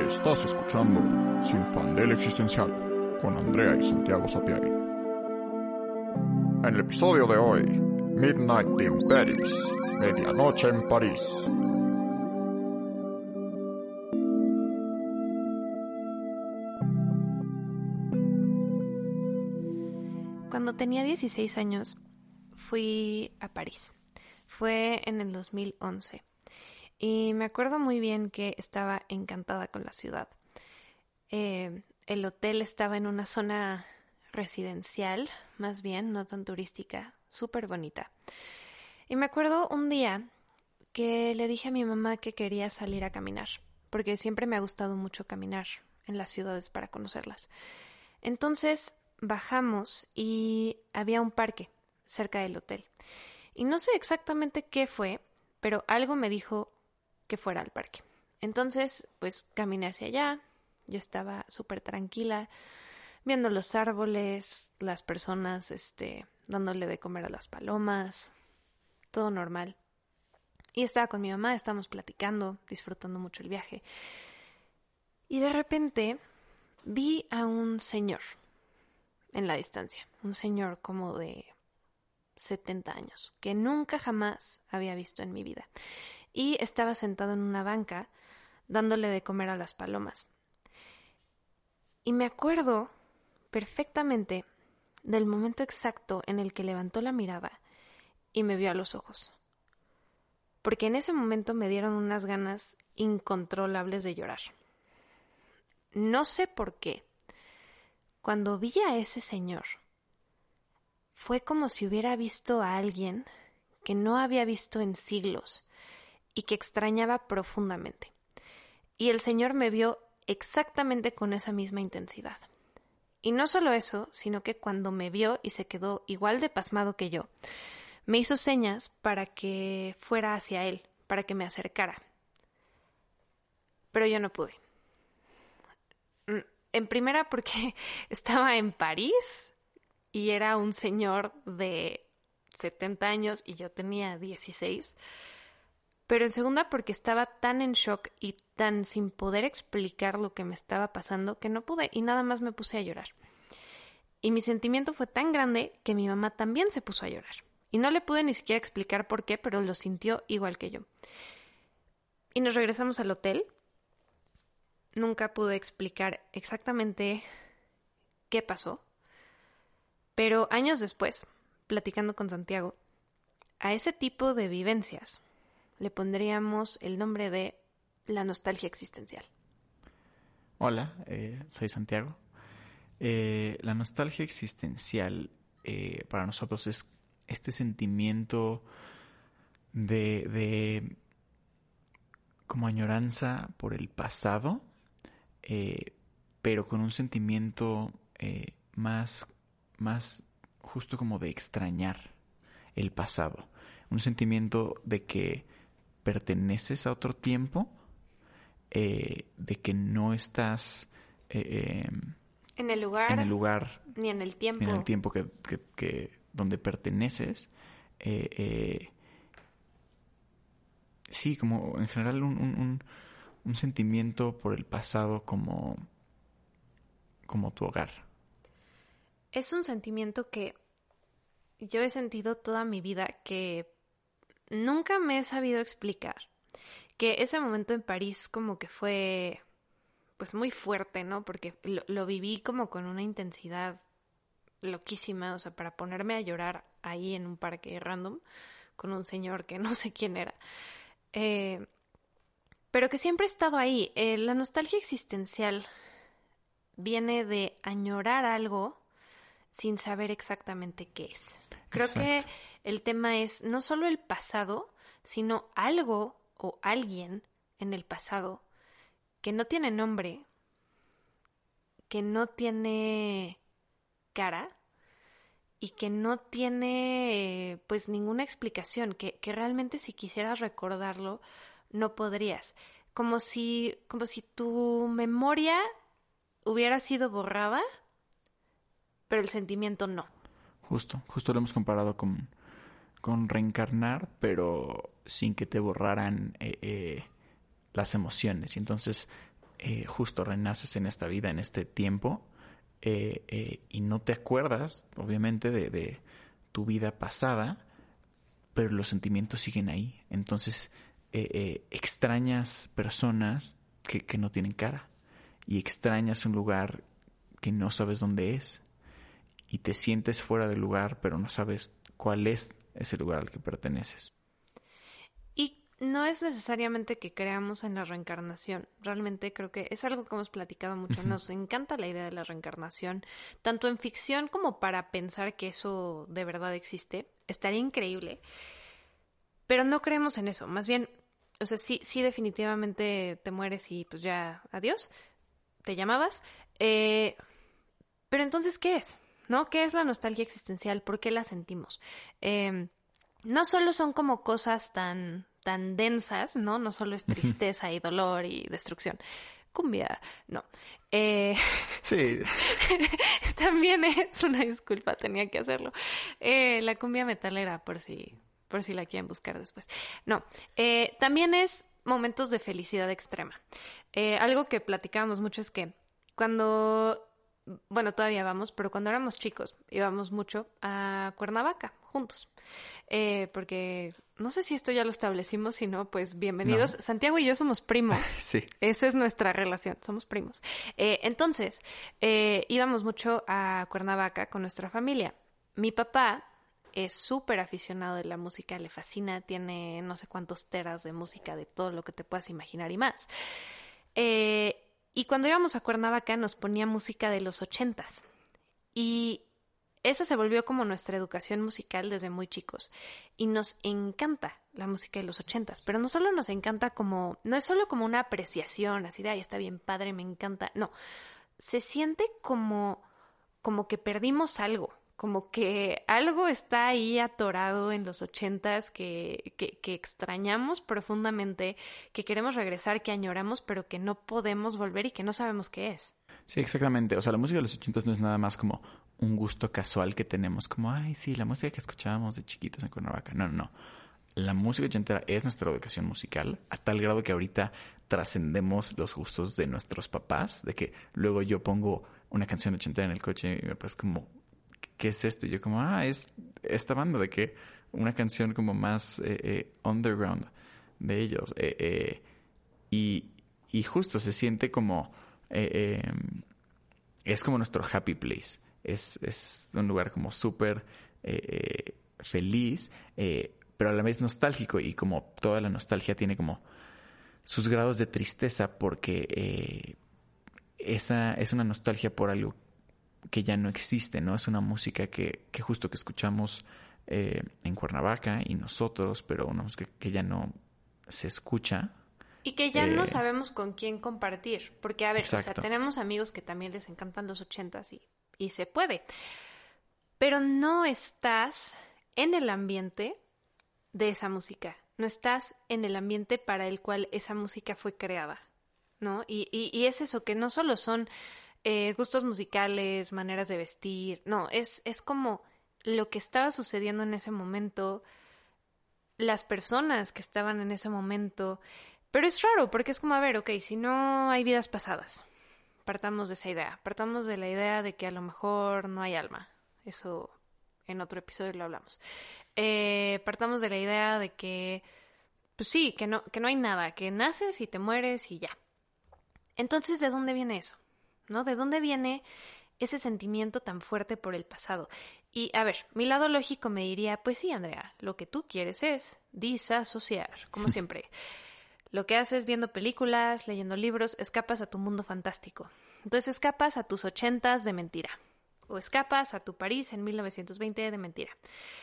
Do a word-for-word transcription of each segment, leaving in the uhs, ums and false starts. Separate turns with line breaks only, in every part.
Estás escuchando Sin Fandel Existencial con Andrea y Santiago Sapiari. En el episodio de hoy, Midnight in Paris, Medianoche en París.
Cuando tenía dieciséis años, fui a París. Fue en el dos mil once. Y me acuerdo muy bien que estaba encantada con la ciudad. Eh, el hotel estaba en una zona residencial, más bien, no tan turística, súper bonita. Y me acuerdo un día que le dije a mi mamá que quería salir a caminar, porque siempre me ha gustado mucho caminar en las ciudades para conocerlas. Entonces bajamos y había un parque cerca del hotel. Y no sé exactamente qué fue, pero algo me dijo que fuera al parque. Entonces, pues caminé hacia allá. Yo estaba súper tranquila, viendo los árboles, las personas, este, dándole de comer a las palomas, todo normal. Y estaba con mi mamá, estábamos platicando, disfrutando mucho el viaje. Y de repente vi a un señor en la distancia, un señor como de setenta años, que nunca jamás había visto en mi vida. Y estaba sentado en una banca dándole de comer a las palomas. Y me acuerdo perfectamente del momento exacto en el que levantó la mirada y me vio a los ojos. Porque en ese momento me dieron unas ganas incontrolables de llorar. No sé por qué. Cuando vi a ese señor, fue como si hubiera visto a alguien que no había visto en siglos y que extrañaba profundamente. Y el Señor me vio exactamente con esa misma intensidad. Y no solo eso, sino que cuando me vio y se quedó igual de pasmado que yo, me hizo señas para que fuera hacia él, para que me acercara. Pero yo no pude. En primera porque estaba en París y era un señor de setenta años y yo tenía dieciséis. Pero en segunda porque estaba tan en shock y tan sin poder explicar lo que me estaba pasando que no pude y nada más me puse a llorar. Y mi sentimiento fue tan grande que mi mamá también se puso a llorar. Y no le pude ni siquiera explicar por qué, pero lo sintió igual que yo. Y nos regresamos al hotel. Nunca pude explicar exactamente qué pasó. Pero años después, platicando con Santiago, a ese tipo de vivencias le pondríamos el nombre de la nostalgia existencial.
Hola, eh, soy Santiago. Eh, la nostalgia existencial eh, para nosotros es este sentimiento de, de como añoranza por el pasado, eh, pero con un sentimiento eh, más, más justo como de extrañar el pasado. Un sentimiento de que perteneces a otro tiempo, eh, de que no estás eh, eh,
en el lugar,
en el lugar
ni en el tiempo,
ni en el tiempo que, que, que donde perteneces. Eh, eh, sí, como en general un, un, un, un sentimiento por el pasado como, como tu hogar.
Es un sentimiento que yo he sentido toda mi vida que nunca me he sabido explicar. Que ese momento en París como que fue pues muy fuerte, ¿no? Porque lo, lo viví como con una intensidad loquísima, o sea, para ponerme a llorar ahí en un parque random con un señor que no sé quién era. Eh, pero que siempre he estado ahí. Eh, la nostalgia existencial viene de añorar algo sin saber exactamente qué es. Creo
Exacto.
que el tema es no solo el pasado, sino algo o alguien en el pasado que no tiene nombre, que no tiene cara y que no tiene pues ninguna explicación, que, que realmente si quisieras recordarlo no podrías. Como si, como si tu memoria hubiera sido borrada, pero el sentimiento no.
Justo, justo lo hemos comparado con, con reencarnar, pero sin que te borraran eh, eh, las emociones. Y entonces eh, justo renaces en esta vida, en este tiempo, eh, eh, y no te acuerdas, obviamente, de, de tu vida pasada, pero los sentimientos siguen ahí. Entonces, eh, eh, extrañas personas que, que no tienen cara, y extrañas un lugar que no sabes dónde es, y te sientes fuera del lugar, pero no sabes cuál es ese lugar al que perteneces.
Y no es necesariamente que creamos en la reencarnación. Realmente creo que es algo que hemos platicado mucho. Nos encanta la idea de la reencarnación, tanto en ficción como para pensar que eso de verdad existe. Estaría increíble, pero no creemos en eso. Más bien, o sea, sí, sí definitivamente te mueres y pues ya, adiós, te llamabas. Eh, pero entonces, ¿qué es? ¿No? ¿Qué es la nostalgia existencial? ¿Por qué la sentimos? Eh, no solo son como cosas tan, tan densas, ¿no? No solo es tristeza y dolor y destrucción. Cumbia, no. Eh,
Sí.
También es una disculpa, tenía que hacerlo. Eh, la cumbia metalera, por si, por si la quieren buscar después. No, eh, también es momentos de felicidad extrema. Eh, algo que platicábamos mucho es que cuando, bueno, todavía vamos, pero cuando éramos chicos íbamos mucho a Cuernavaca juntos. Eh, porque no sé si esto ya lo establecimos, si no, pues bienvenidos.
No.
Santiago y yo somos primos.
Sí.
Esa es nuestra relación, somos primos. Eh, entonces, eh, íbamos mucho a Cuernavaca con nuestra familia. Mi papá es súper aficionado de la música, le fascina, tiene no sé cuántos teras de música, de todo lo que te puedas imaginar y más. Eh, y cuando íbamos a Cuernavaca nos ponía música de los ochentas. Y esa se volvió como nuestra educación musical desde muy chicos. Y nos encanta la música de los ochentas. Pero no solo nos encanta como... No es solo como una apreciación, así de, ay, está bien padre, me encanta. No, se siente como, como que perdimos algo. Como que algo está ahí atorado en los ochentas que, que, que extrañamos profundamente, que queremos regresar, que añoramos, pero que no podemos volver y que no sabemos qué es.
Sí, exactamente. O sea, la música de los ochentas no es nada más como un gusto casual que tenemos, como, ay, sí, la música que escuchábamos de chiquitos en Cuernavaca. No, no, no. La música ochentera es nuestra educación musical, a tal grado que ahorita trascendemos los gustos de nuestros papás, de que luego yo pongo una canción ochentera en el coche y mi papá es como, ¿qué es esto? Y yo como, ah, es esta banda, de que una canción como más eh, eh, underground de ellos. Eh, eh, y, y justo se siente como... Eh, eh, es como nuestro happy place. Es, es un lugar como súper eh, feliz, eh, pero a la vez nostálgico. Y como toda la nostalgia tiene como sus grados de tristeza, porque eh, esa es una nostalgia por algo que ya no existe, ¿no? Es una música que, que justo que escuchamos eh, en Cuernavaca y nosotros, pero una música que ya no se escucha.
Y que ya
eh,
no sabemos con quién compartir. Porque, a ver,
exacto.
o sea, tenemos amigos que también les encantan los ochentas y, y se puede. Pero no estás en el ambiente de esa música. No estás en el ambiente para el cual esa música fue creada, ¿no? Y, y, y es eso, que no solo son eh, gustos musicales, maneras de vestir. No, es, es como lo que estaba sucediendo en ese momento, las personas que estaban en ese momento. Pero es raro, porque es como, a ver, ok, si no hay vidas pasadas, partamos de esa idea. Partamos de la idea de que a lo mejor no hay alma. Eso en otro episodio lo hablamos. Eh, partamos de la idea de que, pues sí, que no, que no hay nada, que naces y te mueres y ya. Entonces, ¿de dónde viene eso? ¿No? ¿De dónde viene ese sentimiento tan fuerte por el pasado? Y, a ver, mi lado lógico me diría, pues sí, Andrea, lo que tú quieres es disasociar, como siempre. Lo que haces viendo películas, leyendo libros, escapas a tu mundo fantástico. Entonces escapas a tus ochentas de mentira. O escapas a tu París en mil novecientos veinte de mentira.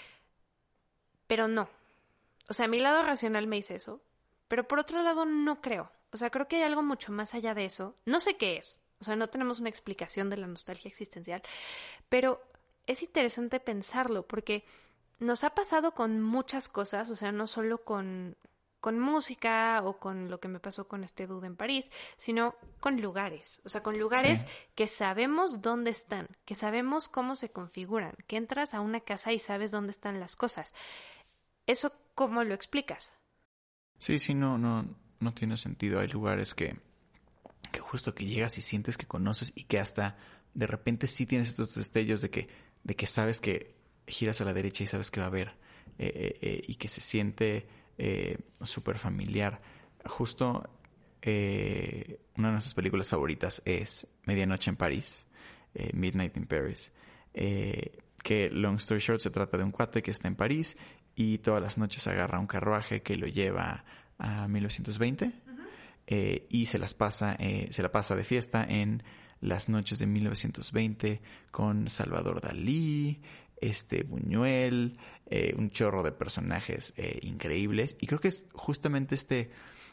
Pero no. O sea, mi lado racional me dice eso. Pero por otro lado no creo. O sea, creo que hay algo mucho más allá de eso. No sé qué es. O sea, no tenemos una explicación de la nostalgia existencial. Pero es interesante pensarlo porque nos ha pasado con muchas cosas. O sea, no solo con... con música o con lo que me pasó con este dude en París, sino con lugares, o sea, con lugares sí. que sabemos dónde están, que sabemos cómo se configuran, que entras a una casa y sabes dónde están las cosas. ¿Eso cómo lo explicas?
Sí, sí, no, no, no tiene sentido. Hay lugares que, que justo que llegas y sientes que conoces y que hasta de repente sí tienes estos destellos de que, de que sabes que giras a la derecha y sabes que va a haber eh, eh, eh, y que se siente eh, súper familiar. Justo eh, una de nuestras películas favoritas es Medianoche en París, eh, Midnight in Paris, eh, que long story short se trata de un cuate que está en París y todas las noches agarra un carruaje que lo lleva a mil novecientos veinte uh-huh. eh, y se las pasa, eh, se la pasa de fiesta en las noches de mil novecientos veinte con Salvador Dalí, este Buñuel, eh, un chorro de personajes eh, increíbles. Y creo que es justamente este,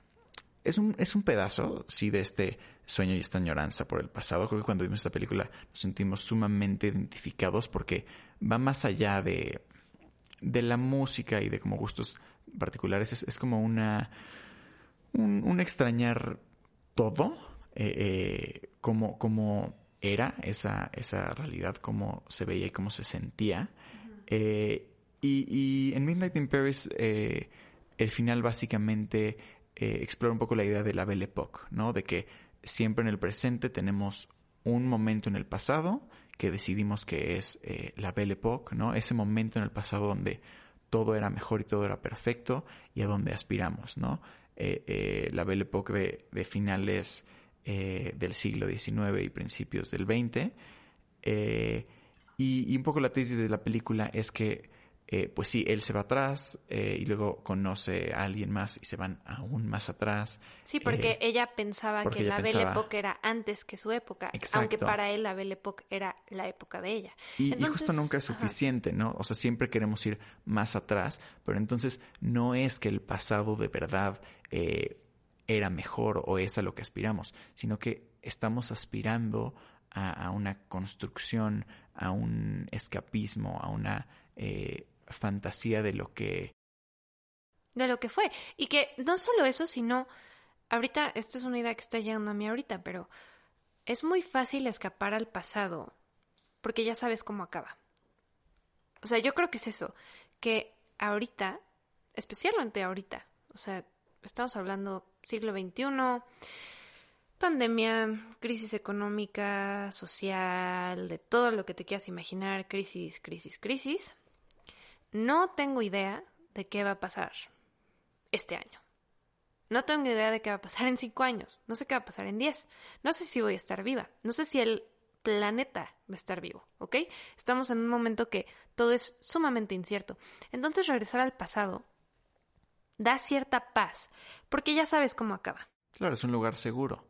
es un, es un pedazo, sí, de este sueño y esta añoranza por el pasado. Creo que cuando vimos esta película nos sentimos sumamente identificados porque va más allá de, de la música y de como gustos particulares. Es, es como una, un, un extrañar todo, eh, eh, como, como era esa, esa realidad, cómo se veía y cómo se sentía. Uh-huh. Eh, y, y en Midnight in Paris, eh, el final básicamente eh, explora un poco la idea de la Belle Époque, ¿no? De que siempre en el presente tenemos un momento en el pasado que decidimos que es eh, la Belle Époque, ¿no? Ese momento en el pasado donde todo era mejor y todo era perfecto y a donde aspiramos, ¿no? Eh, eh, la Belle Époque de, de finales eh, del siglo diecinueve y principios del veinte. Eh, y, y un poco la tesis de la película es que Eh, pues sí, él se va atrás eh, y luego conoce a alguien más y se van aún más atrás.
Sí, porque
eh,
ella pensaba
porque
que
ella
la
pensaba...
Belle Époque era antes que su época,
Exacto.
aunque para él la Belle Époque era la época de ella.
Y,
entonces,
y justo nunca es suficiente, ajá. ¿no? O sea, siempre queremos ir más atrás, pero entonces no es que el pasado de verdad eh, era mejor o es a lo que aspiramos, sino que estamos aspirando a, a una construcción, a un escapismo, a una... Eh, fantasía de lo que
de lo que fue. Y que no solo eso, sino ahorita, esto es una idea que está llegando a mí ahorita, pero es muy fácil escapar al pasado porque ya sabes cómo acaba. O sea, yo creo que es eso, que ahorita, especialmente ahorita, o sea, estamos hablando siglo veintiuno, pandemia, crisis económica, social, de todo lo que te quieras imaginar, crisis, crisis, crisis. No tengo idea de qué va a pasar este año. No tengo idea de qué va a pasar en cinco años. No sé qué va a pasar en diez. No sé si voy a estar viva. No sé si el planeta va a estar vivo, ¿ok? Estamos en un momento que todo es sumamente incierto. Entonces, regresar al pasado da cierta paz, porque ya sabes cómo acaba.
Claro, es un lugar seguro.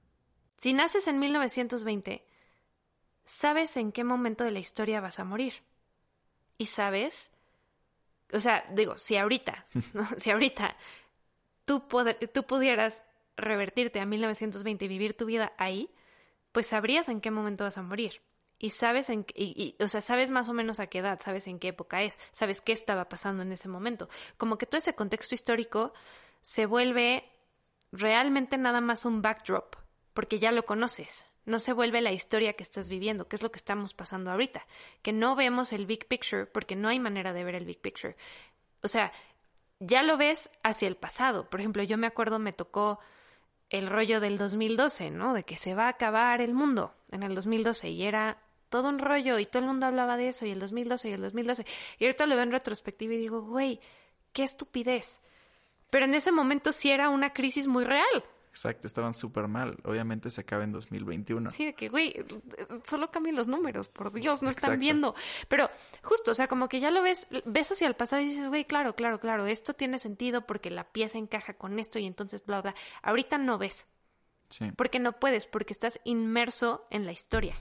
Si naces en mil novecientos veinte, sabes en qué momento de la historia vas a morir. Y sabes... O sea, digo, si ahorita, ¿no? si ahorita tú, poder, tú pudieras revertirte a mil novecientos veinte y vivir tu vida ahí, pues sabrías en qué momento vas a morir. Y sabes, en, y, y, o sea, sabes más o menos a qué edad, sabes en qué época es, sabes qué estaba pasando en ese momento. Como que todo ese contexto histórico se vuelve realmente nada más un backdrop, porque ya lo conoces. No se vuelve la historia que estás viviendo, que es lo que estamos pasando ahorita. Que no vemos el big picture porque no hay manera de ver el big picture. O sea, ya lo ves hacia el pasado. Por ejemplo, yo me acuerdo, me tocó el rollo del dos mil doce, ¿no? De que se va a acabar el mundo en el dos mil doce y era todo un rollo y todo el mundo hablaba de eso y el dos mil doce y el dos mil doce. Y ahorita lo veo en retrospectiva y digo, güey, qué estupidez. Pero en ese momento sí era una crisis muy real.
Exacto, estaban súper mal. Obviamente se acaba en dos mil veintiuno.
Sí, de que, güey, solo cambien los números, por Dios, no están
Exacto.
viendo. Pero justo, o sea, como que ya lo ves, ves hacia el pasado y dices, güey, claro, claro, claro, esto tiene sentido porque la pieza encaja con esto y entonces bla, bla. Ahorita no ves.
Sí.
Porque no puedes, porque estás inmerso en la historia.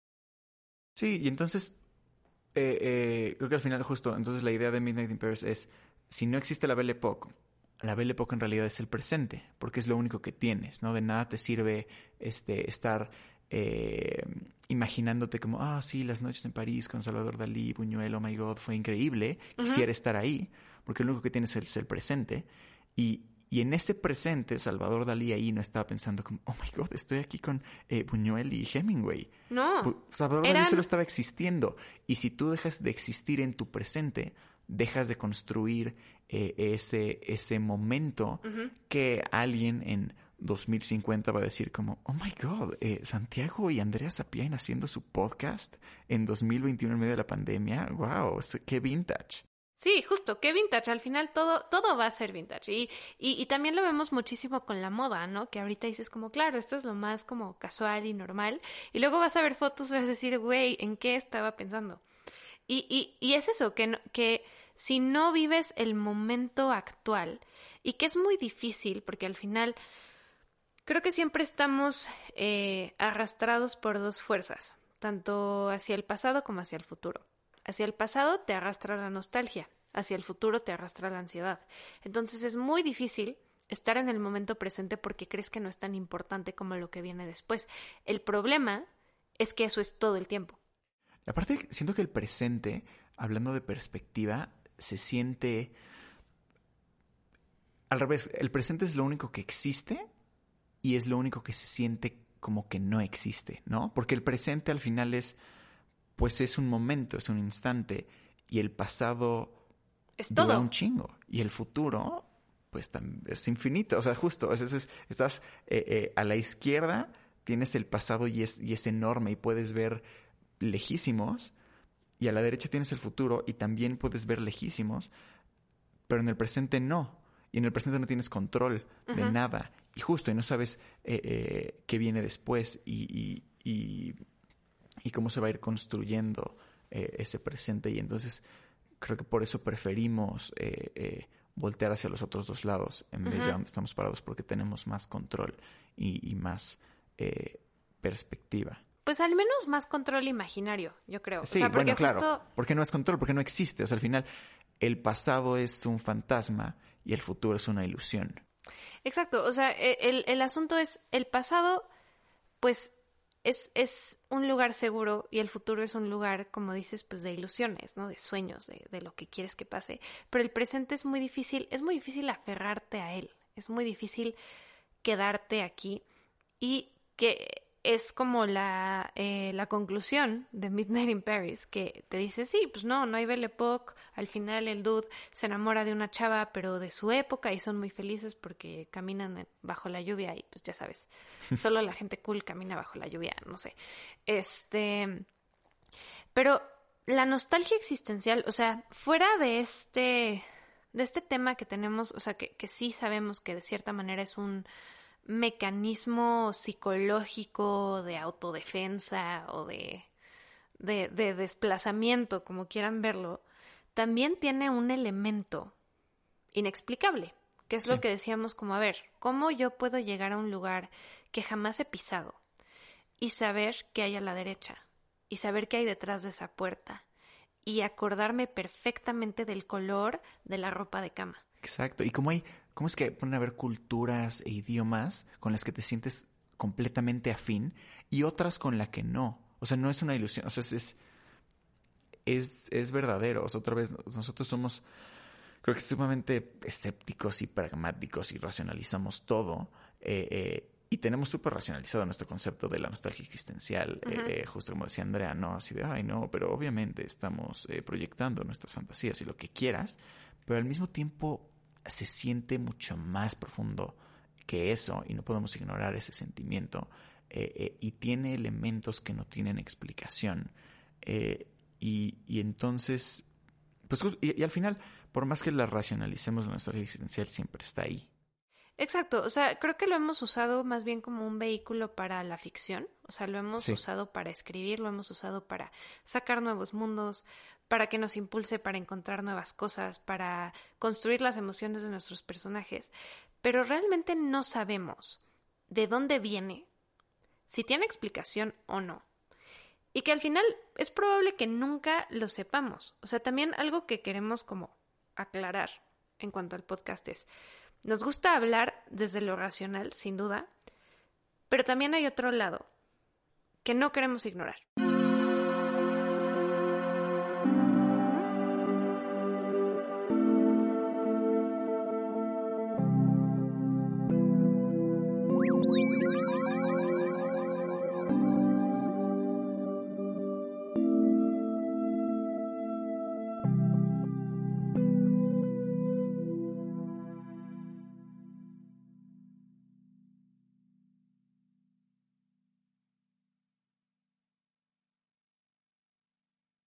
Sí, y entonces, eh, eh, creo que al final justo, entonces la idea de Midnight in Paris es, si no existe la Belle Époque, la Belle Époque en realidad es el presente, porque es lo único que tienes, ¿no? De nada te sirve este estar eh, imaginándote como, ah, sí, las noches en París con Salvador Dalí, Buñuel, oh my God, fue increíble, uh-huh. Quisiera estar ahí, porque lo único que tienes es el presente, y, y en ese presente Salvador Dalí ahí no estaba pensando como, oh my God, estoy aquí con eh, Buñuel y Hemingway.
No.
Salvador
eran...
Dalí solo estaba existiendo, y si tú dejas de existir en tu presente, dejas de construir eh, ese, ese momento uh-huh. que alguien en dos mil cincuenta va a decir como, oh my God, eh, Santiago y Andrea Sapien haciendo su podcast en dos mil veintiuno en medio de la pandemia. Wow, qué vintage.
Sí, justo, qué vintage. Al final todo, todo va a ser vintage. Y, y, y también lo vemos muchísimo con la moda, ¿no? Que ahorita dices como, claro, esto es lo más como casual y normal. Y luego vas a ver fotos y vas a decir, güey, ¿en qué estaba pensando? Y, y, y es eso, que, no, que si no vives el momento actual, y que es muy difícil, porque al final creo que siempre estamos eh, arrastrados por dos fuerzas, tanto hacia el pasado como hacia el futuro. Hacia el pasado te arrastra la nostalgia, hacia el futuro te arrastra la ansiedad. Entonces es muy difícil estar en el momento presente porque crees que no es tan importante como lo que viene después. El problema es que eso es todo el tiempo.
Aparte, siento que el presente, hablando de perspectiva, se siente... Al revés, el presente es lo único que existe y es lo único que se siente como que no existe, ¿no? Porque el presente al final es... pues es un momento, es un instante, y el pasado
es
dura
todo.
un chingo, y el futuro, pues es infinito. O sea, justo, es, es, estás eh, eh, a la izquierda, tienes el pasado y es, y es enorme, y puedes ver lejísimos, y a la derecha tienes el futuro, y también puedes ver lejísimos, pero en el presente no, y en el presente no tienes control uh-huh. de nada, y justo, y no sabes eh, eh, qué viene después, y... y, y y cómo se va a ir construyendo eh, ese presente. Y entonces creo que por eso preferimos eh, eh, voltear hacia los otros dos lados en vez uh-huh. de donde estamos parados, porque tenemos más control y, y más eh, perspectiva.
Pues al menos más control imaginario, yo creo.
Sí,
o sea, porque
bueno, claro,
justo...
porque no es control, porque no existe. O sea, al final el pasado es un fantasma y el futuro es una ilusión.
Exacto, o sea, el, el asunto es el pasado, pues... Es, es un lugar seguro y el futuro es un lugar, como dices, pues de ilusiones, ¿no? De sueños, de, de lo que quieres que pase. Pero el presente es muy difícil, es muy difícil aferrarte a él, es muy difícil quedarte aquí y que es como la, eh, la conclusión de Midnight in Paris, que te dice, sí, pues no, no hay Belle Époque, al final el dude se enamora de una chava, pero de su época y son muy felices porque caminan bajo la lluvia y pues ya sabes, solo la gente cool camina bajo la lluvia, no sé. Este, pero la nostalgia existencial, o sea, fuera de este, de este tema que tenemos, o sea, que, que sí sabemos que de cierta manera es un mecanismo psicológico de autodefensa o de, de, de desplazamiento, como quieran verlo, también tiene un elemento inexplicable, que es sí. lo que decíamos como, a ver, ¿cómo yo puedo llegar a un lugar que jamás he pisado y saber qué hay a la derecha y saber qué hay detrás de esa puerta y acordarme perfectamente del color de la ropa de cama?
Exacto, y como hay, ¿cómo es que pueden haber culturas e idiomas con las que te sientes completamente afín y otras con las que no? O sea, no es una ilusión, o sea, es, es, es, es verdadero. O sea, otra vez, nosotros somos, creo que sumamente escépticos y pragmáticos y racionalizamos todo, eh, eh, y tenemos súper racionalizado nuestro concepto de la nostalgia existencial, uh-huh. eh, justo como decía Andrea, no, así de, ay, no, pero obviamente estamos eh, proyectando nuestras fantasías y lo que quieras, pero al mismo tiempo se siente mucho más profundo que eso y no podemos ignorar ese sentimiento eh, eh, y tiene elementos que no tienen explicación eh, y, y entonces pues y, y al final por más que la racionalicemos la nostalgia existencial siempre está ahí.
Exacto, o sea, creo que lo hemos usado más bien como un vehículo para la ficción, o sea, lo hemos sí. usado para escribir, lo hemos usado para sacar nuevos mundos, para que nos impulse para encontrar nuevas cosas, para construir las emociones de nuestros personajes, pero realmente no sabemos de dónde viene, si tiene explicación o no, y que al final es probable que nunca lo sepamos. O sea, también algo que queremos como aclarar en cuanto al podcast es, nos gusta hablar desde lo racional, sin duda, pero también hay otro lado que no queremos ignorar.